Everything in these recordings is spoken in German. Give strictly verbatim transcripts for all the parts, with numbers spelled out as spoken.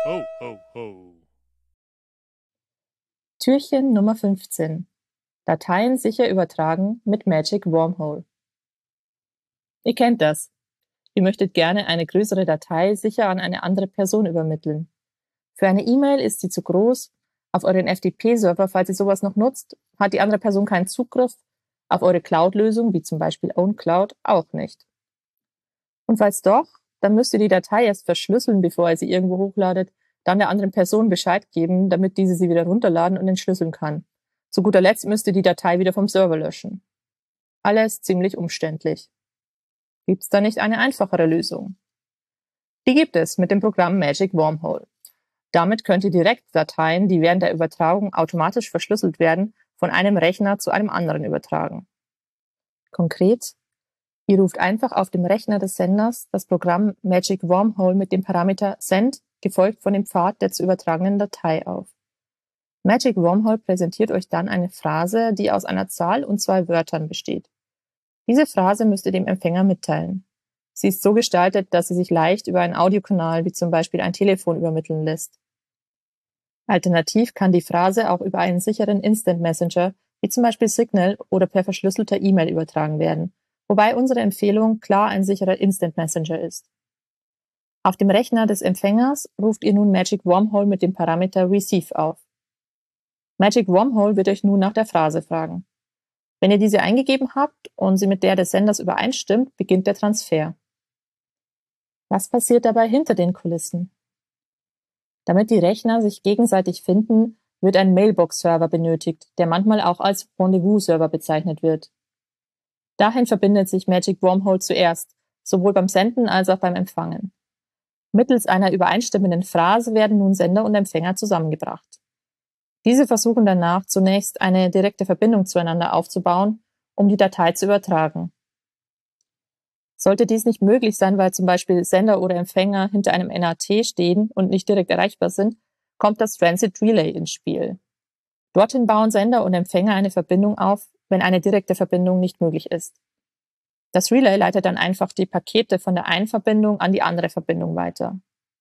Ho, ho, ho. Türchen Nummer fünfzehn. Dateien sicher übertragen mit Magic Wormhole. Ihr kennt das. Ihr möchtet gerne eine größere Datei sicher an eine andere Person übermitteln. Für eine E-Mail ist sie zu groß. Auf euren F T P-Server, falls ihr sowas noch nutzt, hat die andere Person keinen Zugriff. Auf eure Cloud-Lösung, wie zum Beispiel OwnCloud, auch nicht. Und falls doch, dann müsst ihr die Datei erst verschlüsseln, bevor ihr sie irgendwo hochladet, dann der anderen Person Bescheid geben, damit diese sie wieder runterladen und entschlüsseln kann. Zu guter Letzt müsst ihr die Datei wieder vom Server löschen. Alles ziemlich umständlich. Gibt's da nicht eine einfachere Lösung? Die gibt es mit dem Programm Magic Wormhole. Damit könnt ihr direkt Dateien, die während der Übertragung automatisch verschlüsselt werden, von einem Rechner zu einem anderen übertragen. Konkret: Ihr ruft einfach auf dem Rechner des Senders das Programm Magic Wormhole mit dem Parameter Send, gefolgt von dem Pfad der zu übertragenen Datei auf. Magic Wormhole präsentiert euch dann eine Phrase, die aus einer Zahl und zwei Wörtern besteht. Diese Phrase müsst ihr dem Empfänger mitteilen. Sie ist so gestaltet, dass sie sich leicht über einen Audiokanal wie zum Beispiel ein Telefon übermitteln lässt. Alternativ kann die Phrase auch über einen sicheren Instant Messenger wie zum Beispiel Signal oder per verschlüsselter E-Mail übertragen werden, wobei unsere Empfehlung klar ein sicherer Instant Messenger ist. Auf dem Rechner des Empfängers ruft ihr nun Magic Wormhole mit dem Parameter Receive auf. Magic Wormhole wird euch nun nach der Phrase fragen. Wenn ihr diese eingegeben habt und sie mit der des Senders übereinstimmt, beginnt der Transfer. Was passiert dabei hinter den Kulissen? Damit die Rechner sich gegenseitig finden, wird ein Mailbox-Server benötigt, der manchmal auch als Rendezvous-Server bezeichnet wird. Dahin verbindet sich Magic Wormhole zuerst, sowohl beim Senden als auch beim Empfangen. Mittels einer übereinstimmenden Phrase werden nun Sender und Empfänger zusammengebracht. Diese versuchen danach zunächst eine direkte Verbindung zueinander aufzubauen, um die Datei zu übertragen. Sollte dies nicht möglich sein, weil zum Beispiel Sender oder Empfänger hinter einem N A T stehen und nicht direkt erreichbar sind, kommt das Transit Relay ins Spiel. Dorthin bauen Sender und Empfänger eine Verbindung auf, wenn eine direkte Verbindung nicht möglich ist. Das Relay leitet dann einfach die Pakete von der einen Verbindung an die andere Verbindung weiter.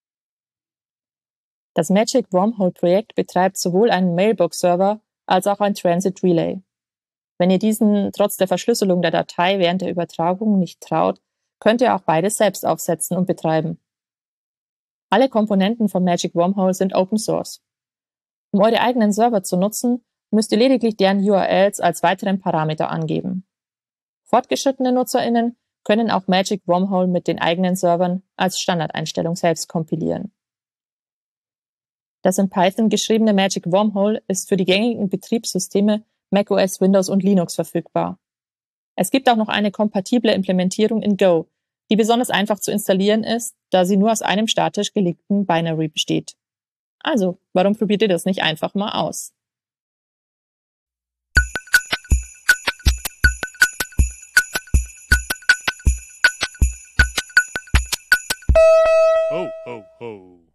Das Magic Wormhole-Projekt betreibt sowohl einen Mailbox-Server als auch ein Transit Relay. Wenn ihr diesen trotz der Verschlüsselung der Datei während der Übertragung nicht traut, könnt ihr auch beides selbst aufsetzen und betreiben. Alle Komponenten von Magic Wormhole sind Open Source. Um eure eigenen Server zu nutzen, müsst ihr lediglich deren U R Ls als weiteren Parameter angeben. Fortgeschrittene NutzerInnen können auch Magic Wormhole mit den eigenen Servern als Standardeinstellung selbst kompilieren. Das in Python geschriebene Magic Wormhole ist für die gängigen Betriebssysteme macOS, Windows und Linux verfügbar. Es gibt auch noch eine kompatible Implementierung in Go, die besonders einfach zu installieren ist, da sie nur aus einem statisch gelegten Binary besteht. Also, warum probiert ihr das nicht einfach mal aus? Ho, ho, ho.